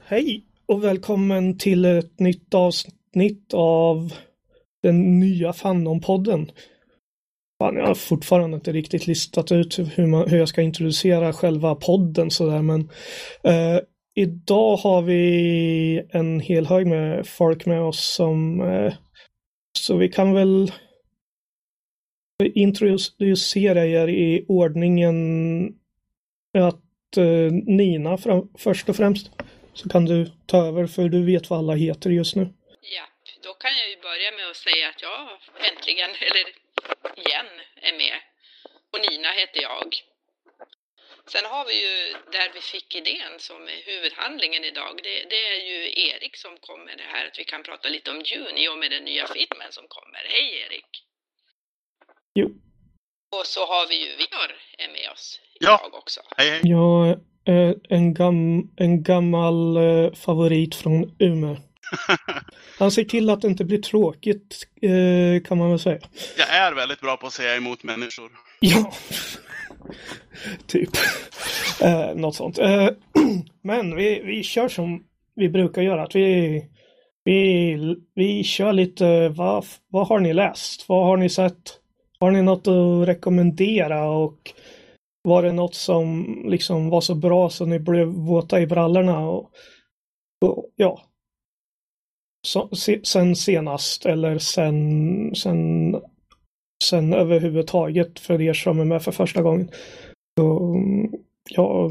Hej och välkommen till ett nytt avsnitt av den nya Fandom-podden. Fan, jag har fortfarande inte riktigt listat ut hur jag ska introducera själva podden sådär, men idag har vi en hel hög med folk med oss så vi kan väl introducera er i ordningen att Nina först och främst. Så kan du ta över, för du vet vad alla heter just nu. Ja, då kan jag ju börja med att säga att jag äntligen, eller igen, är med. Och Nina heter jag. Sen har vi ju där vi fick idén som är huvudhandlingen idag. Det är ju Erik som kommer det här att vi kan prata lite om Juni och med den nya filmen som kommer. Hej Erik! Jo. Och så har vi ju Vior är med oss idag också. Hej hej! Ja, en gammal favorit från Umeå. Han ser till att det inte blir tråkigt, kan man väl säga. Jag är väldigt bra på att säga emot människor. Ja, typ. Något sånt. Men vi kör som vi brukar göra. Att vi kör lite, vad har ni läst? Vad har ni sett? Har ni något att rekommendera? Och var det något som liksom var så bra så ni blev våta i brallorna? Och ja. Sen senast, eller sen överhuvudtaget för er som är med för första gången. Så, ja.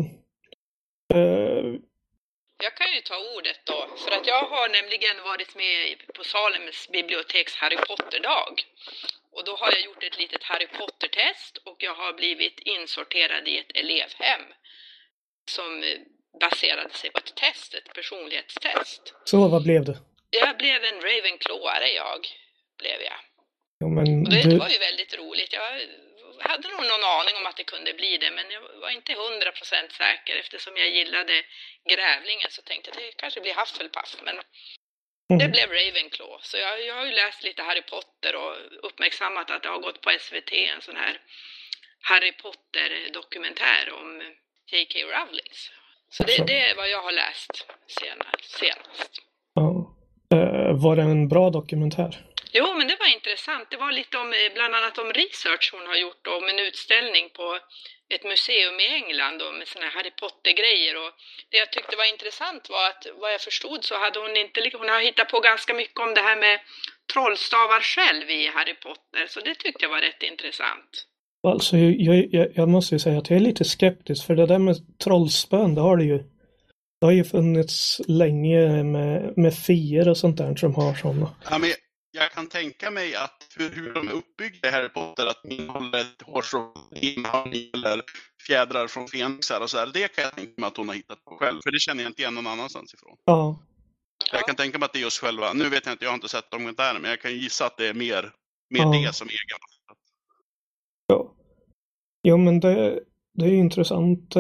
Jag kan ju ta ordet då, för att jag har nämligen varit med på Salems biblioteks Harry Potter-dag. Och då har jag gjort ett litet Harry Potter-test och jag har blivit insorterad i ett elevhem som baserade sig på ett test, ett personlighetstest. Så vad blev det? Jag blev en Ravenclaware, blev jag. Ja, men och det var ju väldigt roligt. Jag hade nog någon aning om att det kunde bli det, men jag var inte 100% säker. Eftersom jag gillade grävlingen så tänkte jag att det kanske blir Hufflepuff, men det blev Ravenclaw. Så jag har ju läst lite Harry Potter och uppmärksammat att det har gått på SVT en sån här Harry Potter-dokumentär om J.K. Rowling. Så det är vad jag har läst senast. Ja. Var det en bra dokumentär? Jo, men det var intressant. Det var lite om, bland annat om research hon har gjort om en utställning på ett museum i England och med såna här Harry Potter-grejer. Och det jag tyckte var intressant var att, vad jag förstod, så hade hon har hittat på ganska mycket om det här med trollstavar själv i Harry Potter. Så det tyckte jag var rätt intressant. Alltså, jag måste ju säga att jag är lite skeptisk, för det där med trollspön, det har ju funnits länge med fier och sånt där som har sådana. Ja, men jag kan tänka mig att hur de är uppbyggda i Harry Potter, att man håller ett hårstrå eller fjädrar från fenixar och så där. Det kan jag tänka mig att hon har hittat på själv, för det känner jag inte igen någon annanstans ifrån. Ja. Jag kan tänka mig att det är just själva, nu vet jag inte, jag har inte sett dokumentären, men jag kan gissa att det är mer det som egen. Ja. Jo, men det är ju intressant.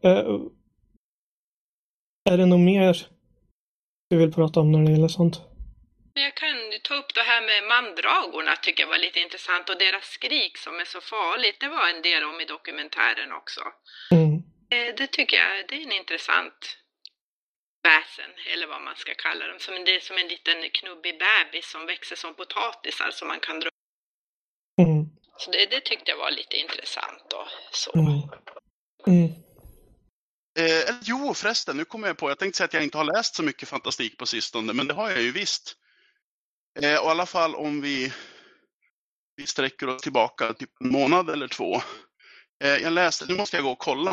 Är det något mer du vill prata om när det gäller sånt? Jag kan ta upp det här med mandragorna, tycker jag var lite intressant, och deras skrik som är så farligt. Det var en del om i dokumentären också. Det tycker jag, det är en intressant väsen, eller vad man ska kalla dem. Det är som en liten knubbig bebis som växer som potatisar som man kan dra. Så det tyckte jag var lite intressant då. Så. Jo, förresten, nu kommer jag på. Jag tänkte säga att jag inte har läst så mycket fantastik på sistone, men det har jag ju visst. Och i alla fall om vi sträcker oss tillbaka typ en månad eller två. Jag läste, nu måste jag gå och kolla.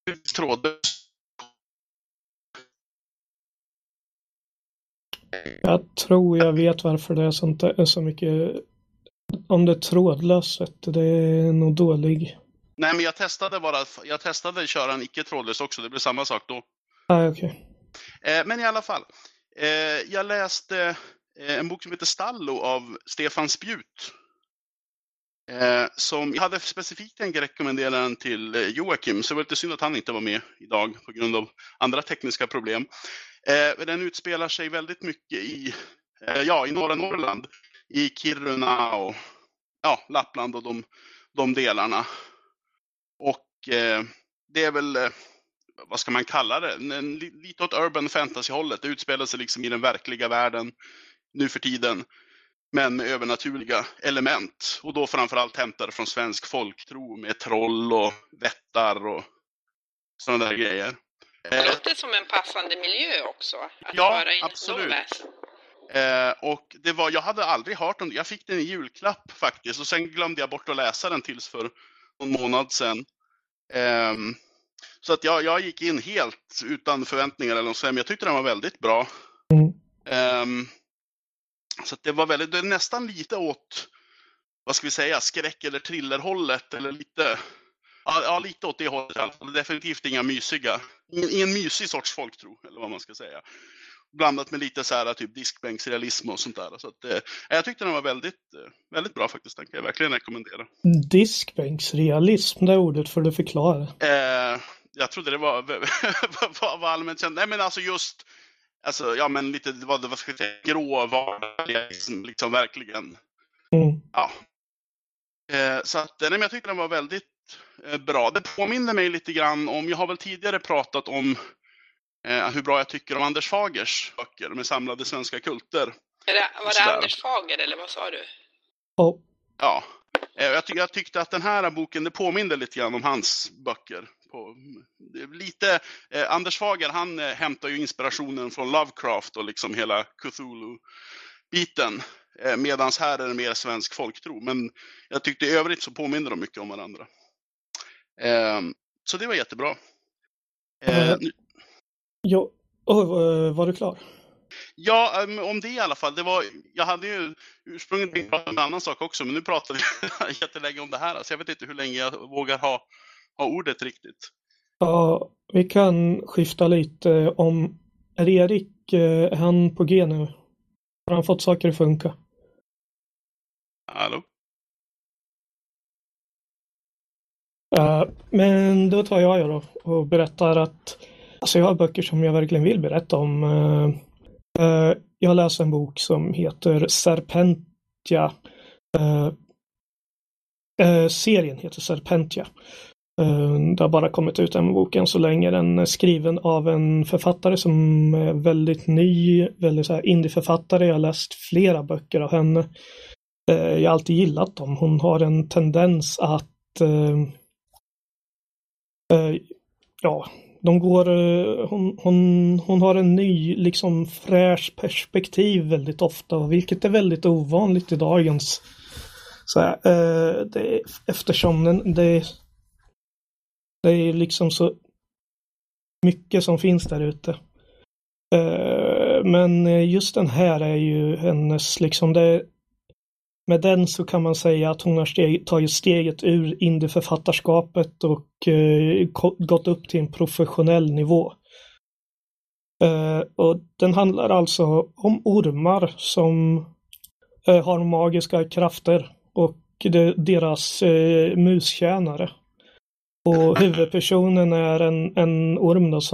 Jag tror jag vet varför det är så mycket. Om det är trådlöst, det är nog dålig. Nej, men jag testade att köra en icke-trådlös också. Det blev samma sak då. Okej. Men i alla fall. Jag läste en bok som heter Stallo av Stefan Spjut. Som jag hade specifikt tänkt rekommendera den till Joakim. Så det var lite synd att han inte var med idag på grund av andra tekniska problem. Den utspelar sig väldigt mycket i norra Norrland. I Kiruna och Lappland och de delarna. Och det är väl vad ska man kalla det? Lite åt urban fantasy-hållet. Det utspelar sig liksom i den verkliga världen nu för tiden. Men med övernaturliga element. Och då framförallt hämtade från svensk folktro med troll och vättar och sådana där grejer. Det låter som en passande miljö också. Att ja, föra in absolut. Och det var, jag hade aldrig hört om det. Jag fick den i julklapp faktiskt. Och sen glömde jag bort att läsa den tills för någon månad sedan. Så att jag gick in helt utan förväntningar eller något, men jag tyckte den var väldigt bra. Så att det var väldigt, det är nästan lite åt, vad ska vi säga, skräck- eller thrillerhållet, eller lite, ja lite åt det hållet i alla fall. Definitivt ingen mysig sorts folktro, eller vad man ska säga. Blandat med lite så här typ diskbänksrealism och sånt där. Så att, jag tyckte den var väldigt, väldigt bra faktiskt. Den kan jag verkligen rekommendera. Diskbänksrealism, det ordet får du förklara. Jag trodde det var allmänt känt. Nej men alltså just, alltså ja men lite vad ska jag säga, grå vardagsrealism liksom verkligen. Ja. Så att nej men jag tycker den var väldigt bra. Det påminner mig lite grann om, jag har väl tidigare pratat om hur bra jag tycker om Anders Fagers böcker med samlade svenska kulter. Var det Anders Fager eller vad sa du? Ja. Jag tyckte att den här boken, det påminner lite grann om hans böcker. Lite, Anders Fager, han hämtar ju inspirationen från Lovecraft och liksom hela Cthulhu-biten. Medans här är det mer svensk folktro. Men jag tyckte i övrigt så påminner de mycket om varandra. Så det var jättebra. Var du klar? Ja, om det i alla fall. Jag hade ju ursprungligen pratat om en annan sak också, men nu pratar vi jättelänge om det här. Så jag vet inte hur länge jag vågar ha ordet riktigt. Ja, vi kan skifta lite om... Är Erik han på G nu? Har han fått saker att funka? Hallå? Men då tar jag då och berättar att... Alltså jag har böcker som jag verkligen vill berätta om. Jag läser en bok som heter Serpentia. Serien heter Serpentia. Det har bara kommit ut en bok än så länge. Den är skriven av en författare som är väldigt ny, väldigt så här indieförfattare. Jag har läst flera böcker av henne. Jag har alltid gillat dem. Hon har en tendens att de går, hon har en ny liksom fräsch perspektiv väldigt ofta, vilket är väldigt ovanligt i dagens så här, eftersom det är liksom så mycket som finns där ute. Men just den här är ju hennes liksom med den så kan man säga att hon har tagit steget ur indieförfattarskapet och gått upp till en professionell nivå. Och den handlar alltså om ormar som har magiska krafter och deras mustjänare. Och huvudpersonen är en orm då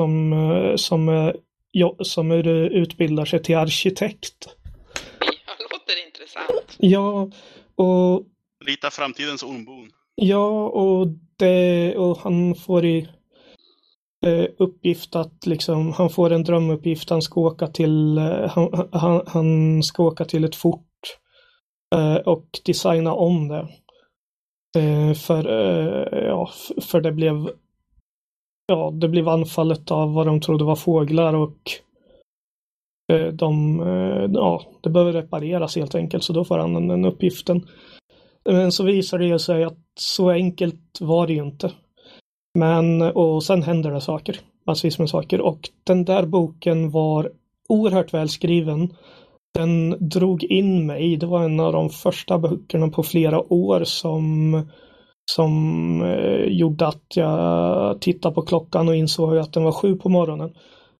som utbildar sig till arkitekt. Det låter intressant. Ja, och... Lite framtidens ormbon. Ja, och han får i uppgift att liksom, han får en drömuppgift. Han ska åka till han ska åka till ett fort och designa om det. För det blev anfallet av vad de trodde var fåglar och det behöver repareras helt enkelt, så då får han den uppgiften. Men så visar det sig att så enkelt var det ju inte. Och sen händer det saker, massvis med saker, och den där boken var oerhört välskriven. Den drog in mig. Det var en av de första böckerna på flera år som gjorde att jag tittade på klockan och insåg att den var 7 på morgonen.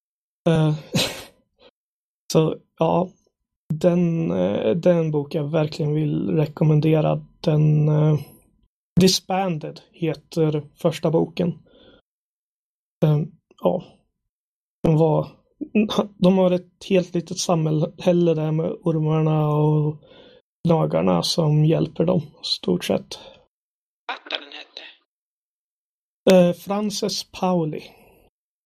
Så ja, den bok jag verkligen vill rekommendera. Den Disbanded heter första boken. De har ett helt litet samhälle där med ormarna och gnagarna som hjälper dem stort sett. Vad den hette? Frances Pauli.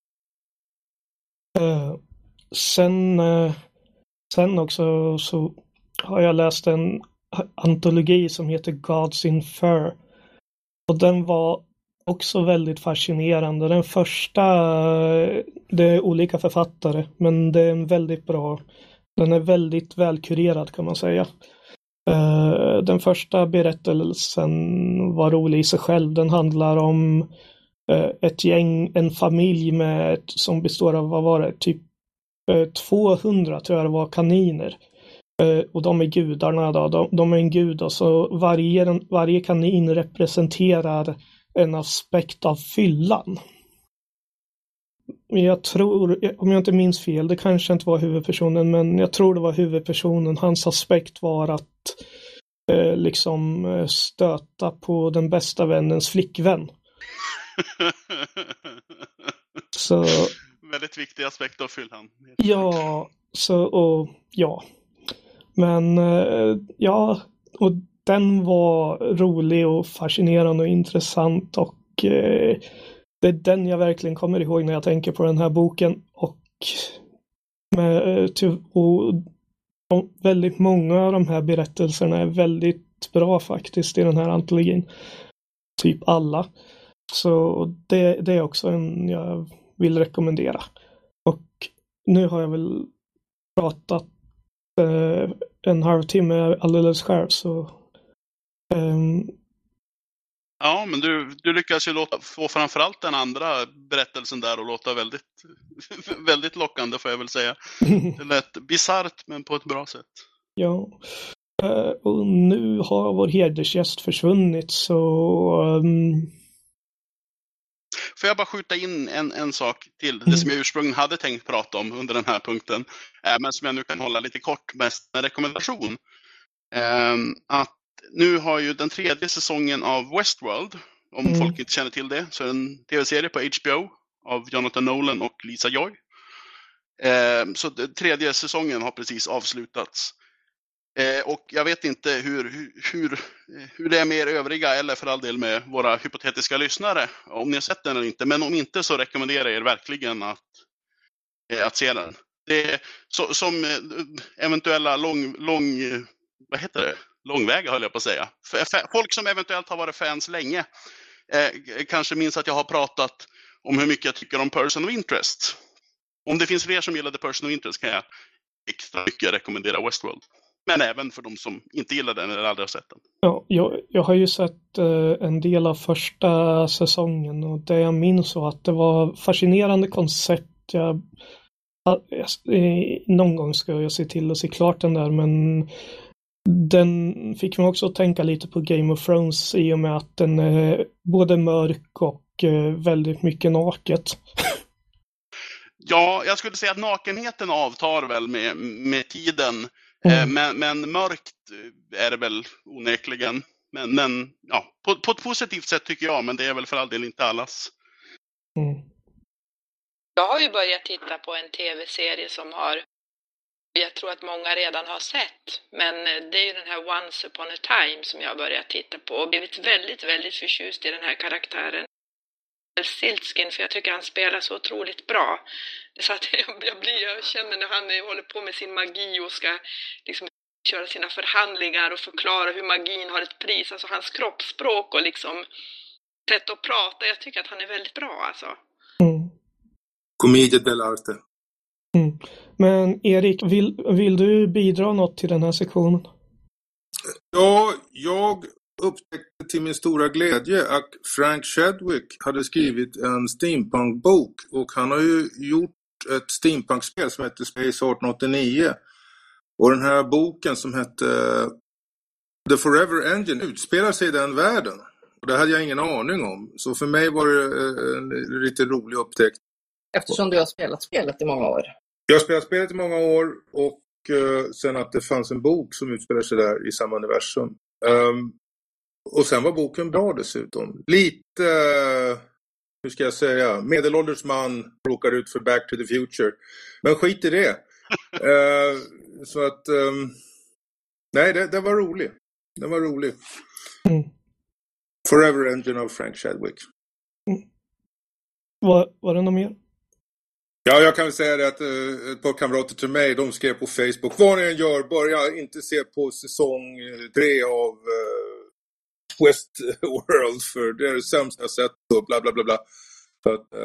Sen också så har jag läst en antologi som heter Gods in Fur. Och den var också väldigt fascinerande. Den första, det är olika författare, men det är en väldigt bra, den är väldigt välkurerad kan man säga. Den första berättelsen var rolig i sig själv. Den handlar om ett gäng, en familj som består av, vad var det, typ 200 tror jag det var, kaniner. Och de är gudarna då. De är en gud och så varje kanin representerar en aspekt av fyllan. Jag tror, om jag inte minns fel, det kanske inte var huvudpersonen, men jag tror det var huvudpersonen. Hans aspekt var att liksom stöta på den bästa vännens flickvän. Så väldigt viktig aspekt av fyllan. Ja, ja. Men ja, och den var rolig och fascinerande och intressant och det är den jag verkligen kommer ihåg när jag tänker på den här boken och väldigt många av de här berättelserna är väldigt bra faktiskt i den här antologin. Typ alla. Så det är också en jag vill rekommendera. Och nu har jag väl pratat en halvtimme alldeles själv så ja, men du lyckas ju få framförallt den andra berättelsen där och låta väldigt väldigt lockande får jag väl säga. Det lät bisarrt men på ett bra sätt. Ja. Och nu har vår hedersgäst försvunnit så får jag bara skjuta in en sak till det som jag ursprungligen hade tänkt prata om under den här punkten, men som jag nu kan hålla lite kort med en rekommendation. Att nu har ju den 3:e säsongen av Westworld, om folk inte känner till det, så är det en tv-serie på HBO av Jonathan Nolan och Lisa Joy. Så den 3:e säsongen har precis avslutats. Och jag vet inte hur det är med er övriga eller för all del med våra hypotetiska lyssnare, om ni har sett den eller inte. Men om inte så rekommenderar jag er verkligen att se den. Det är som eventuella långväga höll jag på att säga. Folk som eventuellt har varit fans länge kanske minns att jag har pratat om hur mycket jag tycker om Person of Interest. Om det finns fler som gillade Person of Interest kan jag extra mycket rekommendera Westworld. Men även för de som inte gillar den eller aldrig har sett den. Ja, jag har ju sett en del av första säsongen och det jag minns var att det var fascinerande koncept. Någon gång ska jag se till att se klart den där, men den fick mig också att tänka lite på Game of Thrones i och med att den är både mörk och väldigt mycket naket. Ja, jag skulle säga att nakenheten avtar väl med tiden. Men mörkt är det väl onekligen. Men ja, på ett positivt sätt tycker jag, men det är väl för all del inte allas. Jag har ju börjat titta på en tv-serie som jag tror att många redan har sett, men det är ju den här Once upon a time som jag har börjat titta på och blivit väldigt, väldigt förtjust i den här karaktären. Siltskin, för jag tycker han spelar så otroligt bra. Så att jag känner när han håller på med sin magi och ska liksom köra sina förhandlingar och förklara hur magin har ett pris, alltså hans kroppsspråk och liksom sätt att prata, jag tycker att han är väldigt bra alltså. Commedia dell'arte. Men Erik, vill du bidra något till den här sektionen? Ja, jag upptäckte till min stora glädje att Frank Chadwick hade skrivit en steampunk-bok och han har ju gjort ett steampunk-spel som heter Space 1889 och den här boken som hette The Forever Engine utspelar sig i den världen och det hade jag ingen aning om, så för mig var det en lite rolig upptäckt. Eftersom du har spelat spelet i många år. Jag har spelat spelet i många år och sen att det fanns en bok som utspelar sig där i samma universum. Och sen var boken bra dessutom. Lite, hur ska jag säga, medelålders man råkar ut för Back to the Future. Men skit i det. Så att, nej, det var roligt. Det var roligt. Forever Engine av Frank Chadwick. Var det något mer? Ja, jag kan säga det att ett par kamrater till mig, de skrev på Facebook, vad ni än gör, börja inte se på säsong 3 av Westworld, för det är det sämsta jag sett och bla bla bla bla. Så att,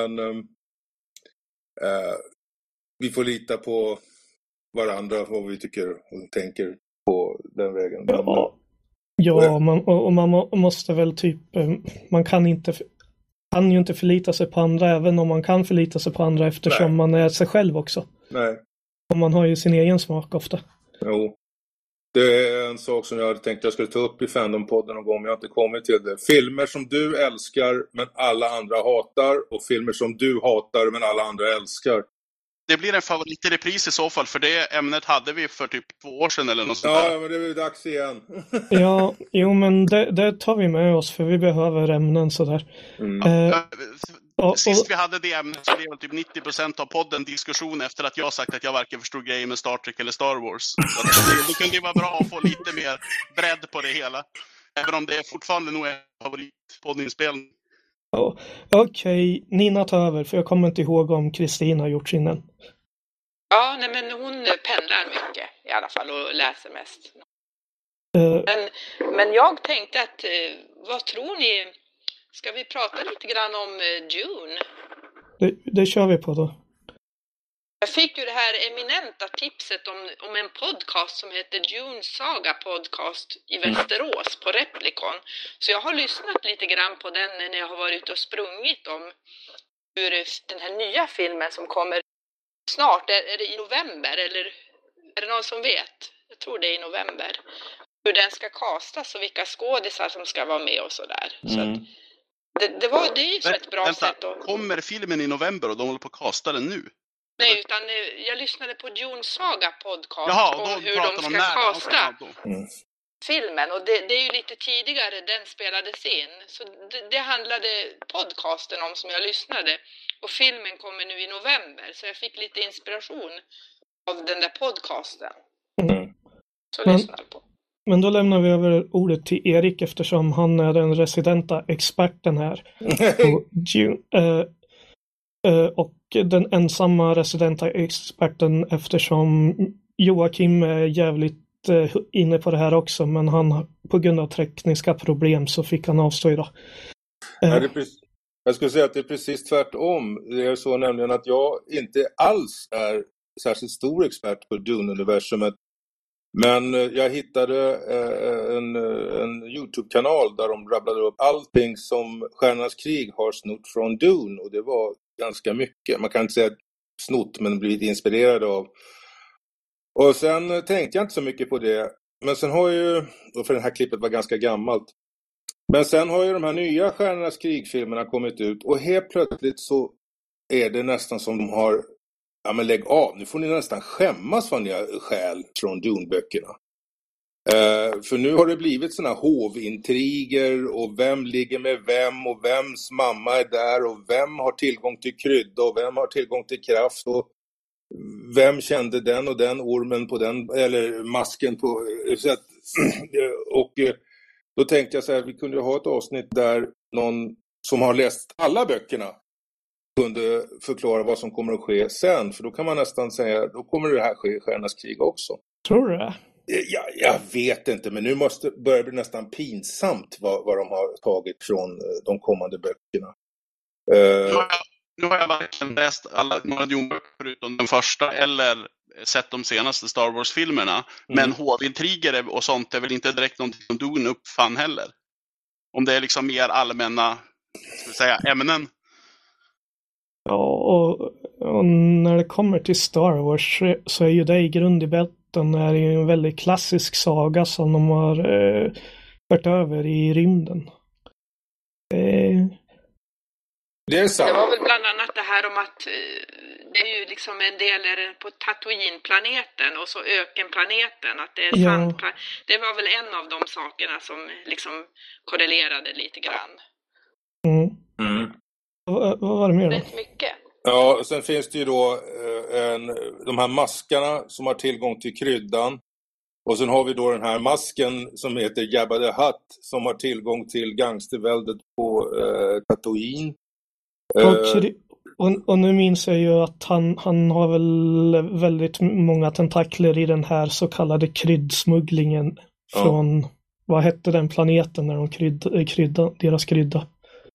vi får lita på varandra, vad vi tycker och tänker på den vägen. Ja, man måste väl typ, man kan ju inte förlita sig på andra, även om man kan förlita sig på andra, eftersom man är sig själv också. Nej. Och man har ju sin egen smak ofta. Jo. Det är en sak som jag hade tänkt jag skulle ta upp i Fandom-podden någon gång, men jag har inte kommit till det. Filmer som du älskar men alla andra hatar, och filmer som du hatar men alla andra älskar. Det blir en favorit i repris i så fall, för det ämnet hade vi för typ 2 år sedan eller något sånt där. Ja, men det är väl dags igen. Ja, jo, men det tar vi med oss, för vi behöver ämnen sådär. Sist vi hade det ämnet så blev det typ 90% av podden diskussion efter att jag sagt att jag varken förstod grejer med Star Trek eller Star Wars. Så det kunde ju vara bra att få lite mer bredd på det hela. Även om det är fortfarande nog en favoritpoddinspelning. Okej, Nina tar över, för jag kommer inte ihåg om Kristina har gjort sin än. Ja, nej, men hon pendlar mycket i alla fall och läser mest. Men jag tänkte att, vad tror ni? Ska vi prata lite grann om Dune? Det kör vi på då. Jag fick ju det här eminenta tipset om en podcast som heter Dune Saga Podcast i Västerås på Replikon. Så jag har lyssnat lite grann på den när jag har varit ute och sprungit om hur den här nya filmen som kommer snart, är det i november eller är det någon som vet? Jag tror det är i november. Hur den ska castas och vilka skådisar som ska vara med och sådär. Så att det är ju så ett bra sätt att... Kommer filmen i november och de håller på att casta den nu? Nej, utan jag lyssnade på Dune Saga podcast. Jaha, och hur de ska casta filmen. Och det är ju lite tidigare den spelades in. Så det handlade podcasten om som jag lyssnade. Och filmen kommer nu i november. Så jag fick lite inspiration av den där podcasten. Så lyssnar på. Men då lämnar vi över ordet till Erik, eftersom han är den residenta experten här. Och den ensamma residenta experten, eftersom Joakim är jävligt inne på det här också, men han på grund av tekniska problem så fick han avstå idag. Jag skulle säga att det är precis tvärtom. Det är så nämligen att jag inte alls är särskilt stor expert på Dune-universumet. Men jag hittade en YouTube-kanal där de rabblade upp allting som Stjärnornas krig har snott från Dune. Och det var ganska mycket. Man kan inte säga snott, men blivit inspirerad av. Och sen tänkte jag inte så mycket på det. Men sen har ju, för det här klippet var ganska gammalt. Men sen har ju de här nya Stjärnornas krig-filmerna kommit ut. Och helt plötsligt så är det nästan som de har... Ja, men lägg av. Nu får ni nästan skämmas vad ni har skäl från Dune-böckerna. För nu har det blivit såna hovintriger och vem ligger med vem och vems mamma är där och vem har tillgång till krydda och vem har tillgång till kraft och vem kände den och den ormen på den, eller masken på... Och då tänkte jag så här, vi kunde ha ett avsnitt där någon som har läst alla böckerna kunde förklara vad som kommer att ske sen. För då kan man nästan säga, då kommer det här ske i Stjärnornas krig också. Tror du det? Jag vet inte, men nu börjar det bli nästan pinsamt vad de har tagit från de kommande böckerna. Nu har jag varken läst alla några Dune-böcker förutom den första eller sett de senaste Star Wars-filmerna. Men hovintriger och sånt är väl inte direkt någonting som Dune uppfann heller. Om det är liksom mer allmänna, ska vi säga, ämnen. Ja, och när det kommer till Star Wars så är ju det i grund i botten är ju en väldigt klassisk saga som de har fört över i rymden. Det är sant. Det var väl bland annat det här om att det är ju liksom en del på Tatooine-planeten och så ökenplaneten, att det är sandplaneten. Det var väl en av de sakerna som liksom korrelerade lite grann. Vad var det mer då? Rätt mycket. Ja, sen finns det ju då de här maskarna som har tillgång till kryddan. Och sen har vi då den här masken som heter Jabba the Hutt som har tillgång till gangsterväldet på Tatooine. Och nu minns jag ju att han har väl väldigt många tentakler i den här så kallade kryddsmugglingen från, vad hette den planeten när de deras krydda?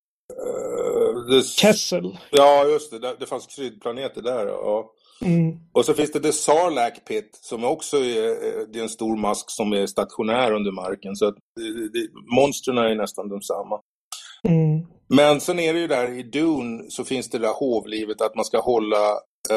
Kessel. Ja, just det. Det fanns kryddplaneter där, ja. Och så finns det The Sarlacc Pit som också det är en stor mask som är stationär under marken. Så att monstren är nästan de samma. Men sen är det ju där i Dune så finns det där hovlivet att man ska hålla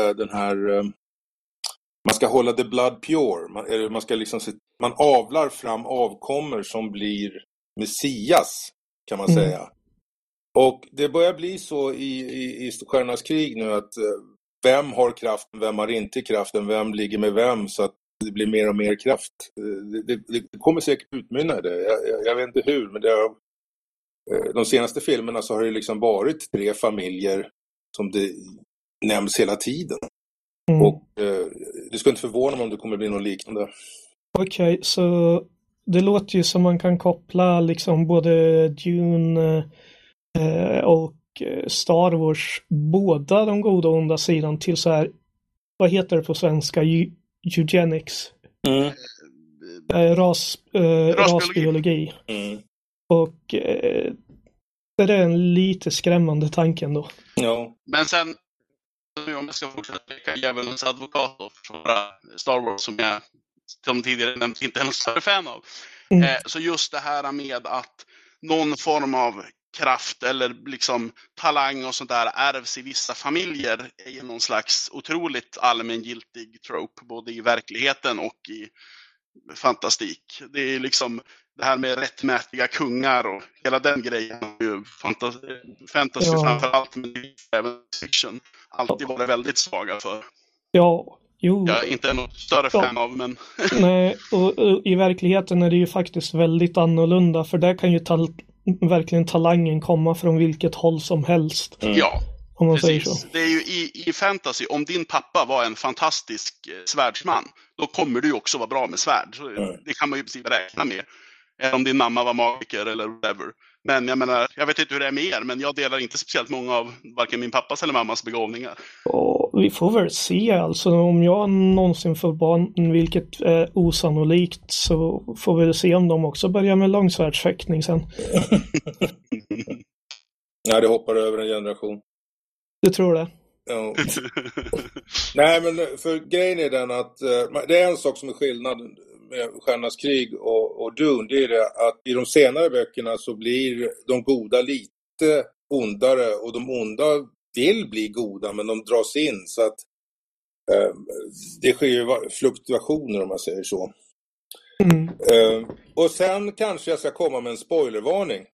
man ska hålla the blood pure. Man ska liksom man avlar fram avkommor som blir Messias, kan man säga. Och det börjar bli så i Stjärnornas krig nu att vem har kraften, vem har inte kraften, vem ligger med vem, så att det blir mer och mer kraft. Det kommer säkert utmynna det. Jag vet inte hur, men de senaste filmerna så har det liksom varit 3 familjer som det nämns hela tiden. Och det skulle inte förvåna mig om det kommer bli något liknande. Okej, så det låter ju som man kan koppla liksom både Dune och Star Wars, båda de goda och onda sidan, till så här, vad heter det på svenska? Eugenics. Rasbiologi. Och det är en lite skrämmande tanke ändå. Ja. Men sen, om jag ska fortsätta leka djävulens advokat och försvara Star Wars, som jag som tidigare nämnt inte är någon större fan av. Så just det här med att någon form av kraft eller liksom talang och sånt där ärvs i vissa familjer är ju någon slags otroligt allmängiltig trope, både i verkligheten och i fantastik. Det är liksom det här med rättmätiga kungar och hela den grejen. Fantasy framförallt, men även fiction alltid varit väldigt svaga för. Ja, jo. Jag är inte något större fan av, men... Nej, och i verkligheten är det ju faktiskt väldigt annorlunda, för där kan ju verkligen talangen komma från vilket håll som helst. Ja, om man precis. säger så. Det är ju i fantasy, om din pappa var en fantastisk svärdsman, då kommer du också vara bra med svärd. Så det kan man ju precis räkna med. Eller om din mamma var magiker eller whatever. Men jag menar, jag vet inte hur det är med er, men jag delar inte speciellt många av varken min pappas eller mammas begåvningar. Och vi får väl se, alltså om jag någonsin får barn, vilket är osannolikt, så får vi se om de också börjar med långsvärdsfäktning sen. Nej, det hoppar över en generation. Du tror det? Ja. Nej, men för grejen är den att det är en sak som är skillnad med Stjärnornas krig och Dune, det är det att i de senare böckerna så blir de goda lite ondare och de onda vill bli goda, men de dras in, så att det sker ju fluktuationer, om man säger så. Och sen kanske jag ska komma med en spoilervarning.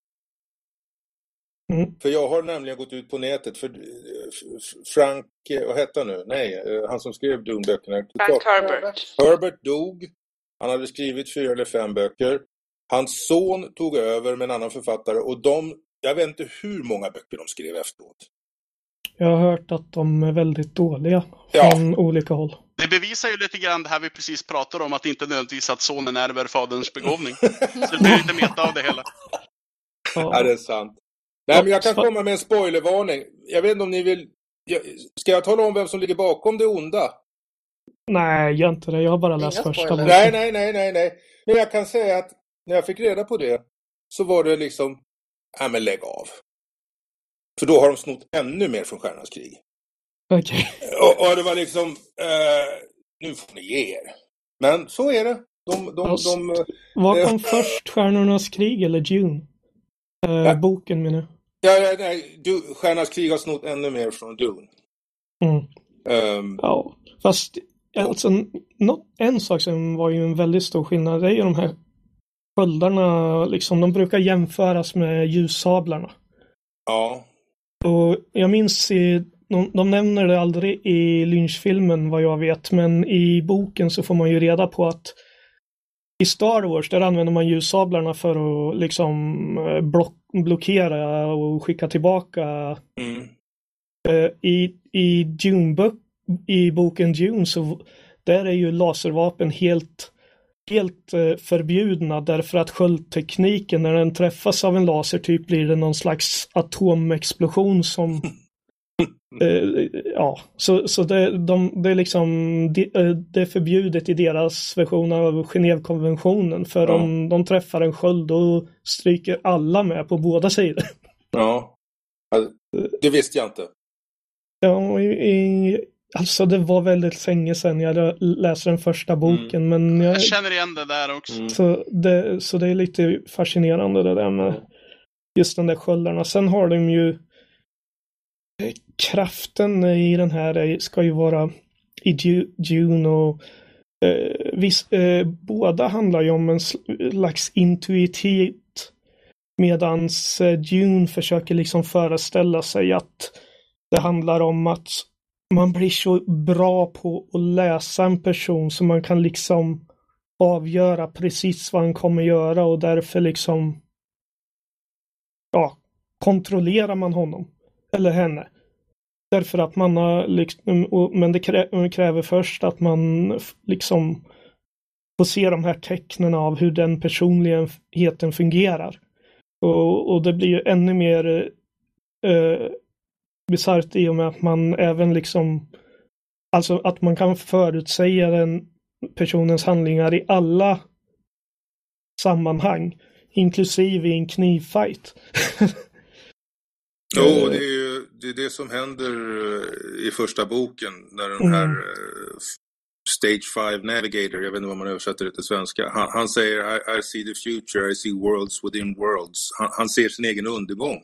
För jag har nämligen gått ut på nätet för Frank, vad heter han nu? Nej, han som skrev Dune-böckerna. Frank Herbert. Herbert dog. Han hade skrivit 4 eller 5 böcker. Hans son tog över med en annan författare, och jag vet inte hur många böcker de skrev efteråt. Jag har hört att de är väldigt dåliga från olika håll. Det bevisar ju lite grann det här vi precis pratade om, att inte nödvändigtvis att sonen ärver faderns begåvning. Så det blir lite meta av det hela. Ja, det är sant. Nej, men jag kan komma med en spoilervarning. Jag vet inte om ni vill... Ska jag tala om vem som ligger bakom det onda? Nej, gör inte det. Jag har bara läst första boken. Nej. Men jag kan säga att när jag fick reda på det så var det liksom... Nej, men lägg av. För då har de snott ännu mer från Stjärnornas krig. Okej. Och det var liksom... nu får ni ge er. Men så är det. Vad kom först? Stjärnornas krig eller Dune? Boken menar jag. Nej. Stjärnornas krig har snott ännu mer från Dune. Ja, fast alltså, en sak som var ju en väldigt stor skillnad, det är ju de här sköldarna, liksom, de brukar jämföras med ljussablarna. Ja. Och jag minns de nämner det aldrig i Lynch-filmen vad jag vet, men i boken så får man ju reda på att i Star Wars där använder man ljussablarna för att liksom blockera och skicka tillbaka. I boken Dune så där är ju laservapen helt förbjudna, därför att sköldtekniken, när den träffas av en laser typ, blir det någon slags atomexplosion som Ja, så det är liksom det är förbjudet i deras version av Genèvekonventionen, för om de träffar en sköld då stryker alla med på båda sidor. Ja, det visste jag inte. Ja, alltså det var väldigt länge sedan jag läste den första boken, men jag känner igen det där också. Så det är lite fascinerande det där med just den där sköldarna. Sen har de ju kraften i den här ska ju vara i Dune och båda handlar ju om en slags intuitivt, medans Dune försöker liksom föreställa sig att det handlar om att man blir så bra på att läsa en person så man kan liksom avgöra precis vad han kommer göra, och därför liksom kontrollerar man honom eller henne. Därför att man har liksom, men det kräver först att man liksom får se de här tecknen av hur den personligheten fungerar. Och det blir ju ännu mer bisarrt i och med att man även liksom, alltså att man kan förutsäga den personens handlingar i alla sammanhang, inklusive i en knivfight. Jo, det är det som händer i första boken när den här Stage 5 Navigator, jag vet inte vad man översätter det till svenska, han säger I see the future, I see worlds within worlds. Han ser sin egen undergång.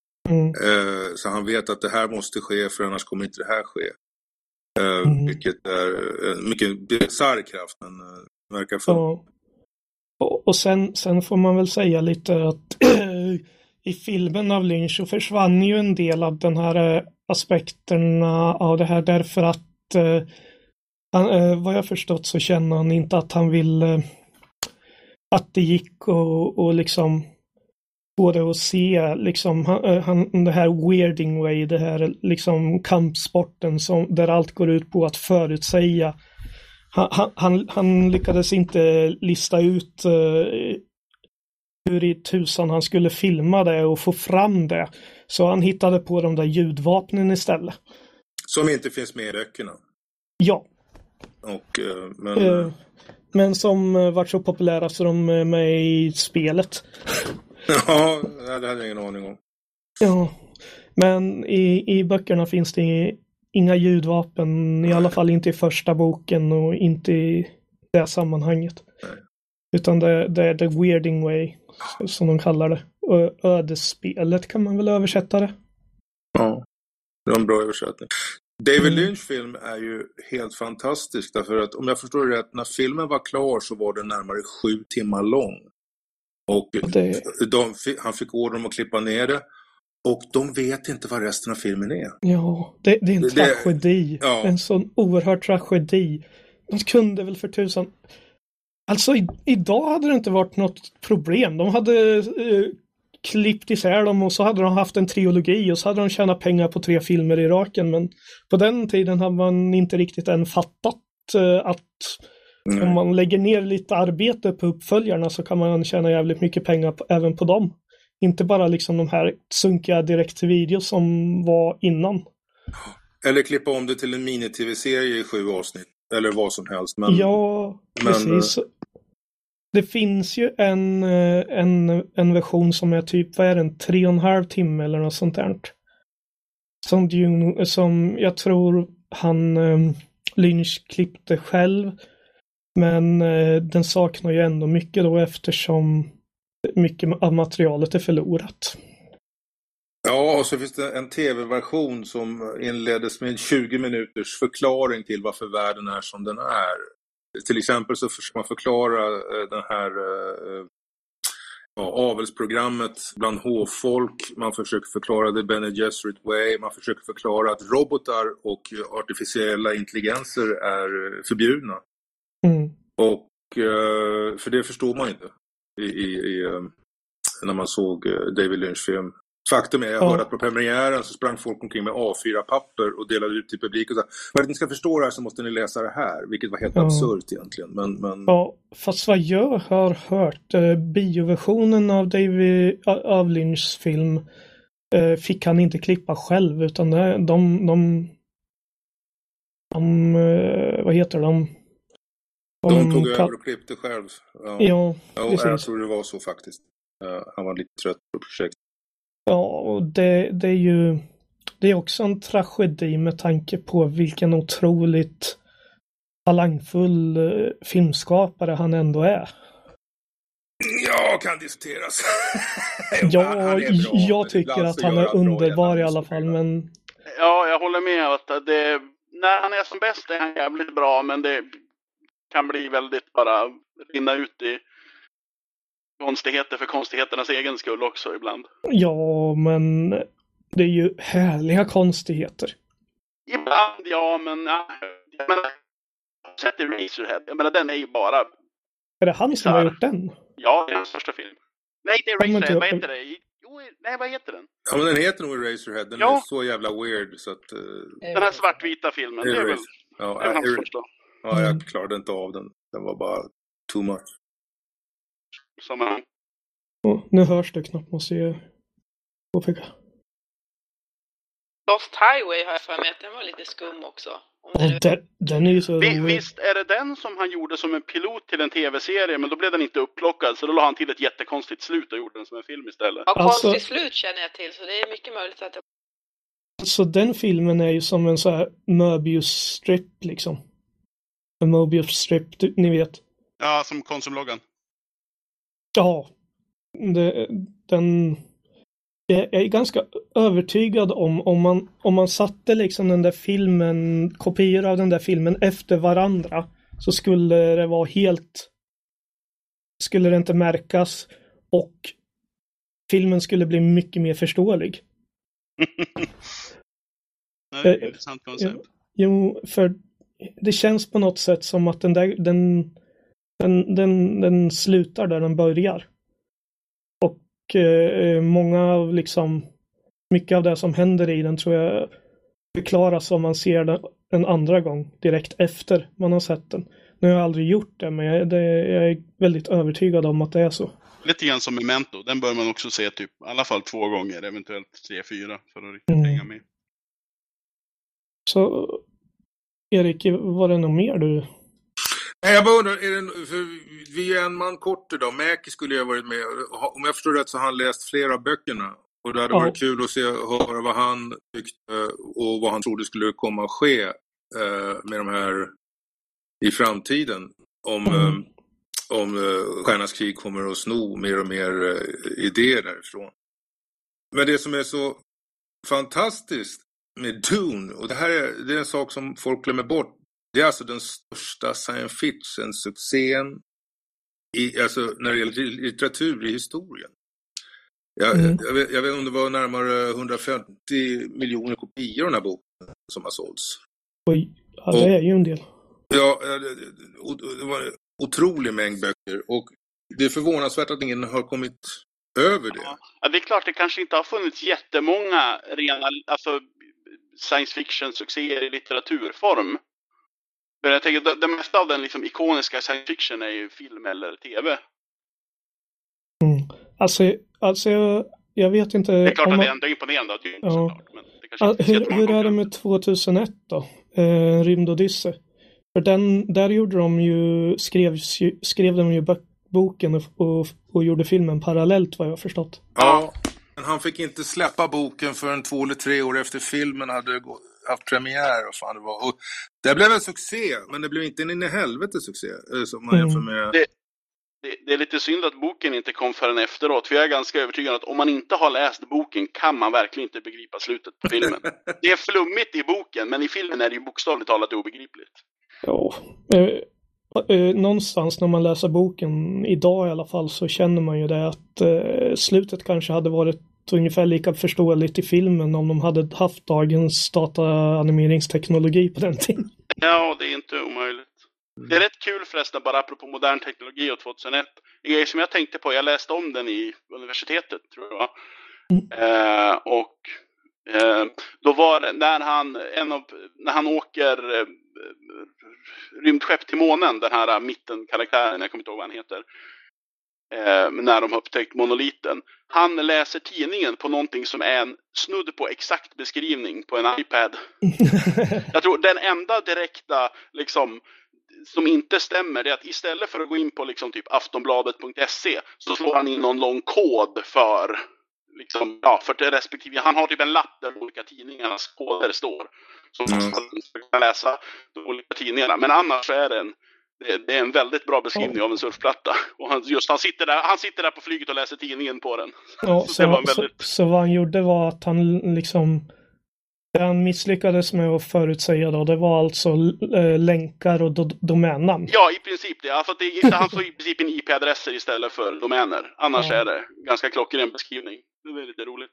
Så han vet att det här måste ske, för annars kommer inte det här ske. Vilket är en mycket bisarr kraft, men verkar för. Och sen får man väl säga lite att i filmen av Lynch så försvann ju en del av den här aspekterna av det här, därför att vad jag förstått så känner han inte att han vill att det gick och liksom både att se liksom det här weirding way, det här liksom kampsporten där allt går ut på att förutsäga. Han lyckades inte lista ut hur i tusan han skulle filma det och få fram det. Så han hittade på de där ljudvapnen istället. Som inte finns med i böckerna. Ja. Och, men som var så populära så de är med i spelet. Ja, det hade jag ingen aning om. Ja, men i böckerna finns det inga ljudvapen, i alla fall inte i första boken och inte i det sammanhanget. Nej. Utan det är the weirding way, som de kallar det. Ödesspelet kan man väl översätta det. Ja, det var en bra översättning. David Lynch film är ju helt fantastisk, därför att om jag förstår det rätt, när filmen var klar så var den närmare 7 timmar lång. Och han fick order om att klippa ner det. Och de vet inte vad resten av filmen är. Ja, det är en tragedi. Ja. En sån oerhörd tragedi. De kunde väl för tusan... Alltså idag hade det inte varit något problem. De hade klippt isär dem och så hade de haft en trilogi och så hade de tjänat pengar på 3 filmer i raken. Men på den tiden hade man inte riktigt än fattat att om man lägger ner lite arbete på uppföljarna så kan man tjäna jävligt mycket pengar även på dem. Inte bara liksom de här sunkiga direkt-till-video som var innan. Eller klippa om det till en mini-tv-serie i 7 avsnitt. Eller vad som helst. Men, ja, precis. Det finns ju en version som är typ, vad är den? 3,5 timme eller något sånt där. Som jag tror han Lynch klippte själv. Men den saknar ju ändå mycket då, eftersom mycket av materialet är förlorat. Ja, och så finns det en tv-version som inleddes med en 20 minuters förklaring till varför världen är som den är. Till exempel så försöker man förklara den här avelsprogrammet bland hovfolk. Man försöker förklara the Bene Gesserit way. Man försöker förklara att robotar och artificiella intelligenser är förbjudna. Och för det förstår man inte när man såg David Lynch film. Faktum är, jag hörde att på premiären så sprang folk omkring med A4-papper och delade ut till publik och sa, för att ni ska förstå det här så måste ni läsa det här, vilket var helt absurt egentligen. Men... Ja, fast vad jag har hört, bioversionen av Lynchs film fick han inte klippa själv, utan de vad heter de? De tog över och klippte själv. Ja, precis. Jag tror det var så faktiskt. Han var lite trött på projektet. Ja, och det är ju också en tragedi med tanke på vilken otroligt talangfull filmskapare han ändå är. Ja, kan diskuteras. Ja, jag tycker att han är underbar i alla fall, men... Ja, jag håller med att när han är som bäst är han jävligt bra, men det kan bli väldigt bara rinna ut i konstigheter för konstigheternas egen skull också ibland. Ja, men det är ju härliga konstigheter. Ibland, ja, men jag menar, sett Eraserhead, jag menar, den är ju bara... Är det han som har gjort den? Ja, det är hans första film. Nej, det är Eraserhead, vad heter det? Jo, nej, vad heter den? Ja, men den heter nog Eraserhead, den är så jävla weird så att... Den här svartvita filmen, det är väl det är hans första. Ja, jag klarade inte av den. Den var bara too much. Som nu hörs det knappt, måste jag påpeka. Lost Highway har jag för mig att den var lite skum också. Den är ju så rolig. Visst är det den som han gjorde som en pilot till en tv-serie, men då blev den inte upplockad, så då la han till ett jättekonstigt slut och gjorde den som en film istället. Ja, konstigt slut känner jag till, så det är mycket möjligt att det... Så den filmen är ju som en så här Möbius-strip liksom. En Möbius-strip, ni vet. Ja, som Konsumloggan. Ja. Jag är ganska övertygad om man satte liksom den där filmen, kopior av den där filmen efter varandra, så skulle det vara skulle det inte märkas och filmen skulle bli mycket mer förståelig. Det är ett intressant koncept. Jo, för det känns på något sätt som att den slutar där den börjar. Och mycket av det som händer i den tror jag förklaras om man ser den en andra gång direkt efter man har sett den. Nu har jag aldrig gjort det, men jag är väldigt övertygad om att det är så. Lite grann som Memento. Den bör man också se typ i alla fall 2 gånger, eventuellt 3-4 för att riktigt hänga med. Så Erik, var det något mer du... Nej, jag bara undrar, för vi är en man kort idag. Mäki skulle jag ha varit med. Om jag förstår rätt så har han läst flera böckerna. Och det hade varit kul att höra vad han tyckte och vad han trodde skulle komma att ske med de här i framtiden. Om Stjärnans krig kommer att sno mer och mer idéer därifrån. Men det som är så fantastiskt med Dune, och det är en sak som folk glömmer bort. Det är alltså den största science fiction-succén alltså när det gäller litteratur i historien. Jag vet om det var närmare 150 miljoner kopior av den här boken som har sålts. Oj, ja, det är ju en del. Ja, det var en otrolig mängd böcker och det är förvånansvärt att ingen har kommit över det. Ja, det är klart det kanske inte har funnits jättemånga rena science fiction-succéer i litteraturform. För jag tänker, det mesta av den liksom ikoniska science fiction är ju film eller tv. Alltså jag vet inte... Det är klart att det är ändå imponerande att det såklart. Men det kanske hur är det med 2001 då? Rymdodyssey. För där gjorde de ju... Skrev de ju boken och gjorde filmen parallellt, vad jag har förstått. Ja, men han fick inte släppa boken förrän 2 eller 3 år efter filmen hade haft premiär och fan det var. Och det blev en succé, men det blev inte en in i helvete succé som man jämför med. Det är lite synd att boken inte kom förrän efteråt, för jag är ganska övertygad att om man inte har läst boken kan man verkligen inte begripa slutet på filmen. Det är flummigt i boken, men i filmen är det ju bokstavligt talat obegripligt. Ja, någonstans när man läser boken idag i alla fall så känner man ju det att slutet kanske hade varit ungefär lika förståeligt i filmen om de hade haft dagens dataanimeringsteknologi på den tiden. Ja, det är inte omöjligt. Det är rätt kul förresten, bara apropå modern teknologi och 2001. En grej som jag tänkte på, jag läste om den i universitetet tror jag va? Då var det när han åker rymdskepp till månen, den här mittenkaraktären, jag kommer inte ihåg vad han heter. när de har upptäckt monoliten. Han läser tidningen på någonting som är en snudd på exakt beskrivning på en iPad. Jag tror den enda direkta liksom, som inte stämmer är att istället för att gå in på liksom, typ aftonbladet.se så slår han in någon lång kod för liksom, ja, för det respektive. Han har typ en lapp där olika tidningarnas koder står. Så man kan läsa de olika tidningarna. Men annars så är det är en väldigt bra beskrivning av en surfplatta. Och han sitter där på flyget och läser tidningen på den. Ja, så vad han gjorde var att han liksom... Det han misslyckades med att förutsäga då, det var alltså länkar och domännamn. Ja, i princip det. Alltså han får i princip en IP-adresser istället för domäner. Annars är det ganska klockren beskrivning. Det är lite roligt.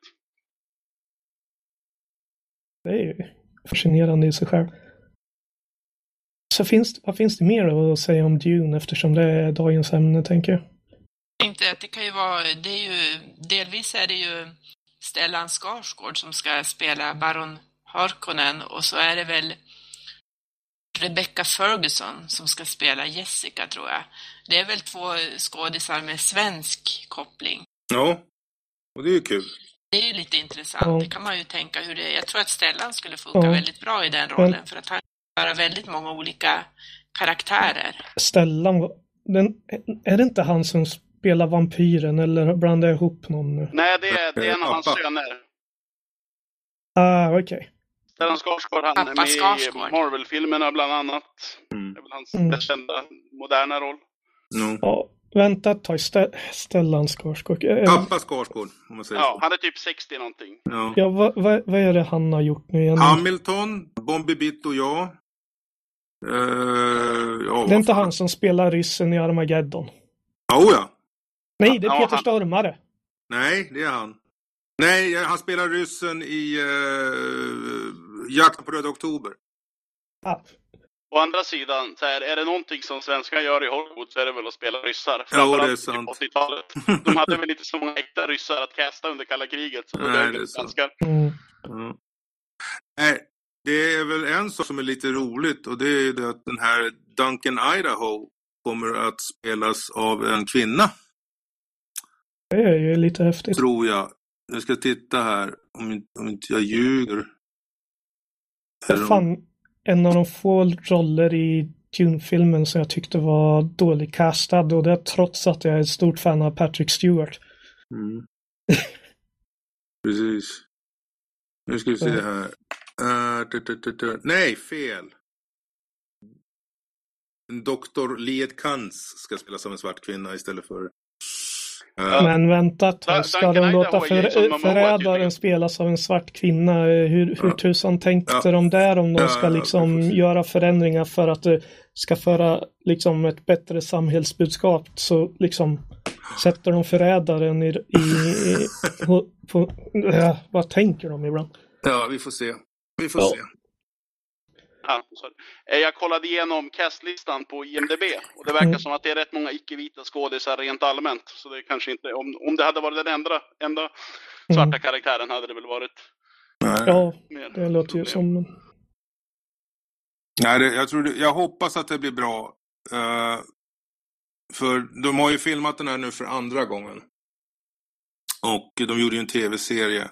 Det är ju fascinerande i sig själv. Så vad finns det mer att säga om Dune eftersom det är dagens ämne, tänker jag? Inte att det kan ju vara, det är ju, delvis är det ju Stellan Skarsgård som ska spela Baron Harkonnen och så är det väl Rebecca Ferguson som ska spela Jessica, tror jag. Det är väl 2 skådisar med svensk koppling. Ja, och det är ju kul. Det är ju lite intressant. Det kan man ju tänka hur det är. Jag tror att Stellan skulle funka väldigt bra i den rollen för att han har väldigt många olika karaktärer. Stellan, är det inte han som spelar vampyren eller blandar jag ihop någon nu? Nej, det är en av hans söner. Ah, okej. Stellan Skarsgård, han är med i Marvel-filmerna bland annat. Det är väl hans mest kända moderna roll. Ja, vänta ett tag. Stellan Skarsgård. Pappa Skarsgård, om man säger så. Han är typ 60 någonting. Ja, vad är det han har gjort nu igen? Hamilton, Bombi Bitt och jag. Det är inte han som spelar ryssen i Armageddon. Ja. Nej, det är Peter Stormare. Nej, det är han. Nej, han spelar ryssen i Jakten på Röda Oktober. Å andra sidan, så är det någonting som svenskar gör i Hollywood så är det väl att spela ryssar. Ja, det är sant. 80-talet. De hade väl inte så många äkta ryssar att kasta under kalla kriget. Så nej, det är svenskar. Nej, det är väl en sak som är lite roligt och det är det att den här Duncan Idaho kommer att spelas av en kvinna. Det är ju lite häftigt. Tror jag. Jag ska titta här om inte jag ljuger. En av de få roller i Dune-filmen som jag tyckte var dåligt castad och det trots att jag är ett stort fan av Patrick Stewart. Precis. Nu ska vi se här. Nej, fel. Dr. Liet Kans ska spela som en svart kvinna istället för... Men vänta, ska de låta förrädaren spelas av en svart kvinna? Hur tusan tänkte de där om de ska liksom göra förändringar för att det ska föra liksom ett bättre samhällsbudskap, så liksom sätter de förrädaren vad tänker de ibland? Ja, vi får se. Ja, jag kollade igenom castlistan på IMDb och det verkar som att det är rätt många icke-vita skådisar rent allmänt. Så det är kanske inte, om det hade varit den enda svarta karaktären hade det väl varit. Ja, det låter ju som... Nej, jag hoppas att det blir bra. För de har ju filmat den här nu för andra gången. Och de gjorde ju en tv-serie.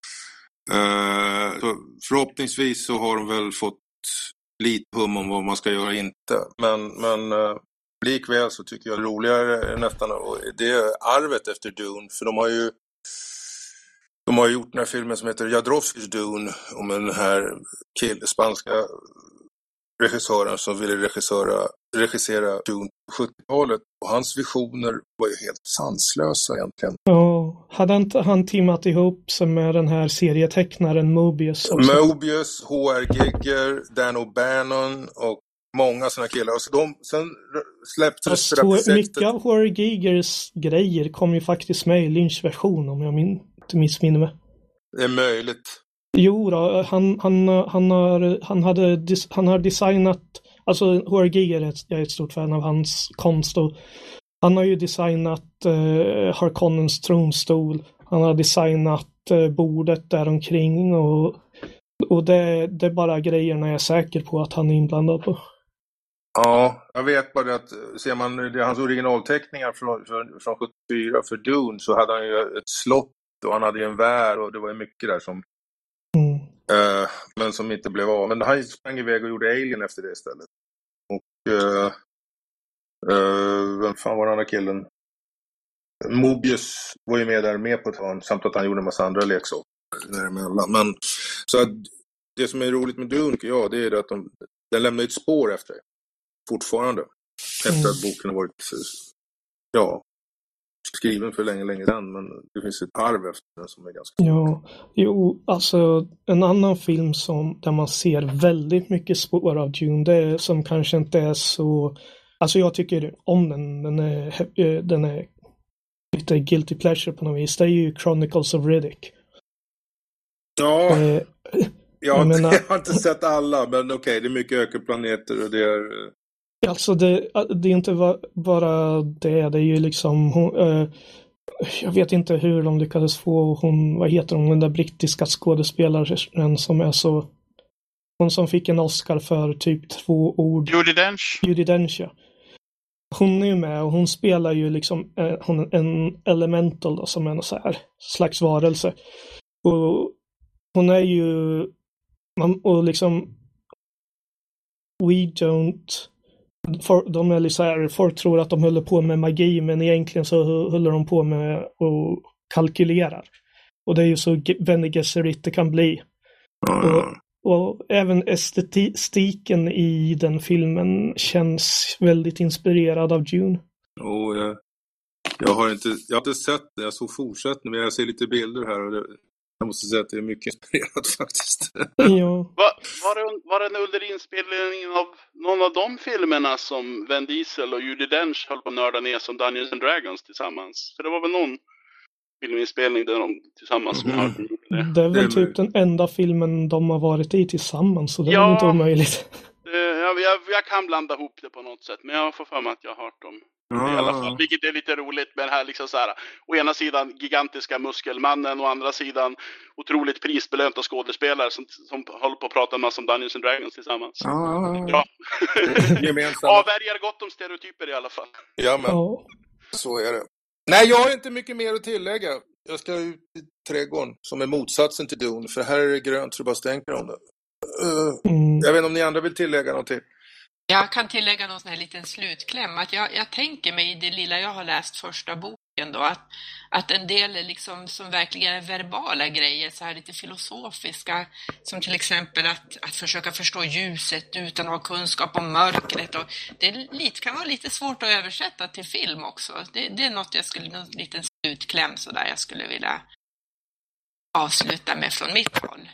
Så förhoppningsvis så har de väl fått lite hum om vad man ska göra inte. Men likväl så tycker jag det roligare nästan det är arvet efter Dune. För de har gjort den här filmen som heter Jodorowskys Dune om den här spanska regissören som ville regissera Dune på 70-talet. Och hans visioner var ju helt sanslösa egentligen. Ja, hade inte han teamat ihop sig med den här serietecknaren Mobius också? Mobius, H.R. Giger, Dan O'Bannon och många sådana killar. Och så sen släpptes det projektet. Mycket av H.R. Gigers grejer kom ju faktiskt med i Lynch-version om jag inte missminner mig. Det är möjligt. Jo då, han har designat, alltså H.R. Giger, jag är ett stort fan av hans konst och han har ju designat Harkonnens tronstol, han har designat bordet där omkring och det är bara grejerna jag är säker på att han är inblandad på. Ja, jag vet bara att ser man det är hans originalteckningar från 74 för Dune, så hade han ju ett slott och han hade ju en värld och det var ju mycket där som men som inte blev av. Men han sprang iväg och gjorde Alien efter det istället. Och vem fan var den andra killen? Mobius var ju med på ett hörn, samt att han gjorde en massa andra leksaker däremellan. Men så att det som är roligt med Dune, ja, det är att den lämnar ett spår efter sig fortfarande. Efter att boken har varit skriven för länge sedan, men det finns ett arv efter den som är ganska... Ja, jo, alltså en annan film där man ser väldigt mycket spår av Dune, det som kanske inte är så... Alltså jag tycker om den är lite guilty pleasure på något vis. Det är ju Chronicles of Riddick. Ja, jag har inte sett alla, men okej, det är mycket ökenplaneter och det är... Alltså det är inte bara det är ju liksom jag vet inte hur de lyckades få vad heter hon, den där brittiska skådespelaren som är så, hon som fick en Oscar för typ 2 ord. Judi Dench, ja. Hon är ju med och hon spelar ju liksom en elemental då, som en så här slags varelse. Och hon är ju och liksom de är så här, folk tror att de håller på med magi, men egentligen så håller de på med och kalkylerar. Och det är ju så Bene Gesserit det kan bli. Och även estetiken i den filmen känns väldigt inspirerad av Dune. Jag har inte sett det, jag såg fortsättning, men jag ser lite bilder här och jag måste säga att det är mycket inspirerat faktiskt. Ja. Var det under inspelningen av någon av de filmerna som Vin Diesel och Judi Dench höll på att nörda ner som Dungeons and Dragons tillsammans? För det var väl någon filminspelning där de tillsammans Det är väl typ den enda filmen de har varit i tillsammans, så det är inte omöjligt. Jag kan blanda ihop det på något sätt, men jag får för mig att jag har hört dem. I alla fall, vilket är lite roligt med det här liksom så här, å ena sidan gigantiska muskelmannen, å andra sidan otroligt prisbelönta skådespelare som håller på att prata med som Dungeons and Dragons tillsammans. Bra. Avvärjar gott om stereotyper i alla fall. Ja, men så är det. Nej, jag har inte mycket mer att tillägga. Jag ska ut i trädgården som är motsatsen till Dune, för här är det grönt så det bara stänker om det. Jag vet inte om ni andra vill tillägga någonting. Jag kan tillägga någon sån här liten slutkläm. Att jag tänker mig i det lilla jag har läst första boken då, att en del är liksom som verkligen är verbala grejer, så här lite filosofiska, som till exempel att försöka förstå ljuset utan att ha kunskap om mörkret. Och det kan vara lite svårt att översätta till film också. Det är något någon liten slutkläm så där jag skulle vilja avsluta med från mitt håll.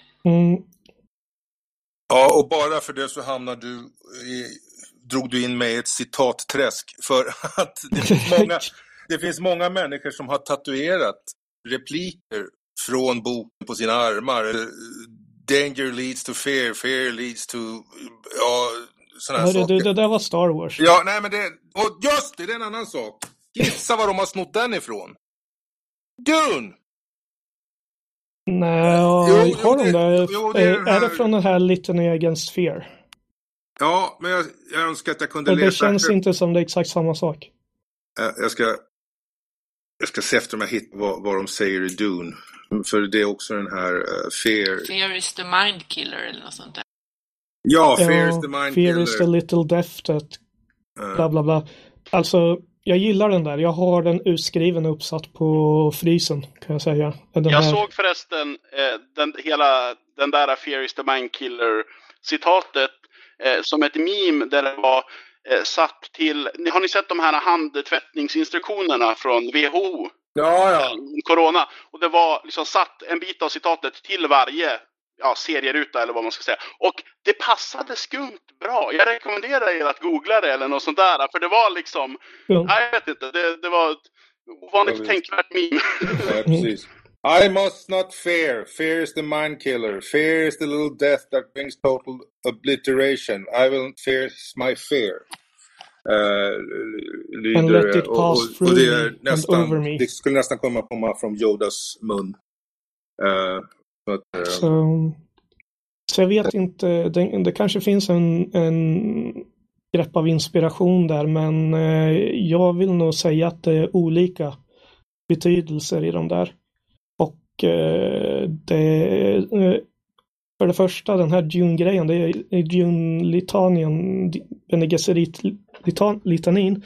Ja, och bara för det så drog du in mig i ett citatträsk, för att det finns många människor som har tatuerat repliker från boken på sina armar. Danger leads to fear, fear leads to sådana här saker. Det där var Star Wars. Ja, nej men och just det är en annan sak. Gissa var de har snott den ifrån. Dune! Nej, har de där? Är det från den här Litany Against Fear? Ja, men jag önskar att jag kunde läsa. Det känns inte som det är exakt samma sak. Jag ska se efter om jag hittar vad de säger i Dune. För det är också den här Fear. Fear is the mind killer eller något sånt där. Ja, Fear is the mind killer. Fear is the little death that bla bla bla. Alltså, jag gillar den där. Jag har den utskriven och uppsatt på frysen, kan jag säga. Jag såg förresten den där Fear is the mind killer citatet som ett meme där det var satt till... Har ni sett de här handtvättningsinstruktionerna från WHO? Ja. Corona. Och det var liksom satt en bit av citatet till varje serieruta eller vad man ska säga. Och det passade skumt bra. Jag rekommenderar er att googla det eller något sånt där. För det var liksom... Nej, jag vet inte. Det var ett ovanligt tänkvärt meme. Ja, precis. I must not fear. Fear is the mind killer. Fear is the little death that brings total obliteration. I will fear my fear. And let it pass through det är nästan, over me. Det skulle nästan komma från Yodas mun. Så jag vet inte. Det kanske finns en grepp av inspiration där, men jag vill nog säga att det är olika betydelser i de där. Och för det första, den här Dune-grejen, det är Dune-litanien, Bene Gesserit-litanin,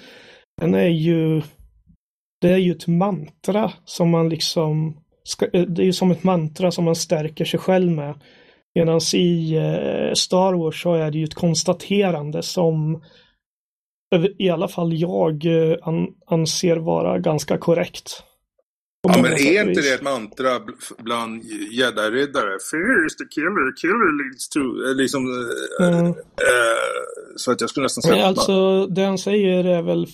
det är ju ett mantra som man liksom, det är ju som ett mantra som man stärker sig själv med. Medan i Star Wars så är det ju ett konstaterande som i alla fall jag anser vara ganska korrekt. Ja, men är inte det ett mantra bland Jedi-riddare? Fear is the killer, killer leads to... Liksom, så att jag skulle nästan säga... Alltså, det han säger är väl...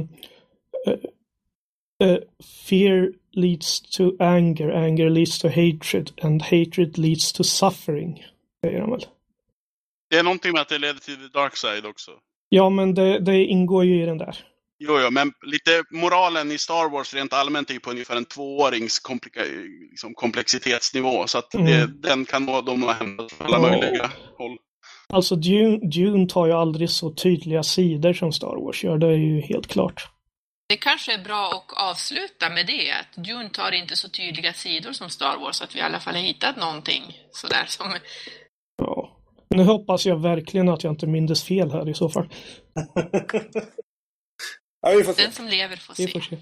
fear leads to anger, anger leads to hatred, and hatred leads to suffering, säger han väl. Det är någonting med att det leder till the dark side också. Ja, men det ingår ju i den där. Jo, men lite moralen i Star Wars rent allmänt är ju på ungefär en 2-årings liksom komplexitetsnivå. Så att den kan nå dem att hämta på alla möjliga håll. Alltså Dune tar ju aldrig så tydliga sidor som Star Wars gör, det är ju helt klart. Det kanske är bra att avsluta med det, att Dune tar inte så tydliga sidor som Star Wars, så att vi i alla fall har hittat någonting sådär som... Ja, nu hoppas jag verkligen att jag inte minns fel här i så fall. Ja, vi får se. Den som lever får se. Vi får se.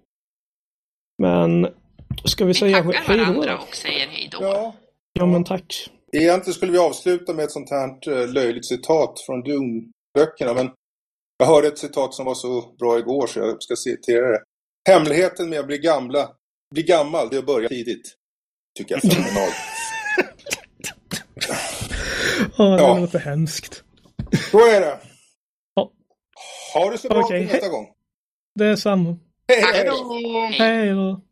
Men ska vi säga hej tackar då? varandra och säger hej då. Ja, men tack. Egentligen skulle vi avsluta med ett sånt här löjligt citat från Dune-böckerna, men jag hörde ett citat som var så bra igår så jag ska citera det. Hemligheten med att bli gammal, det är att börja tidigt. Tycker jag är fenomenalt. Det låter hemskt. Så är det. Ja. Ha det så bra till nästa gång. Det är samma. Hej då. Hej då.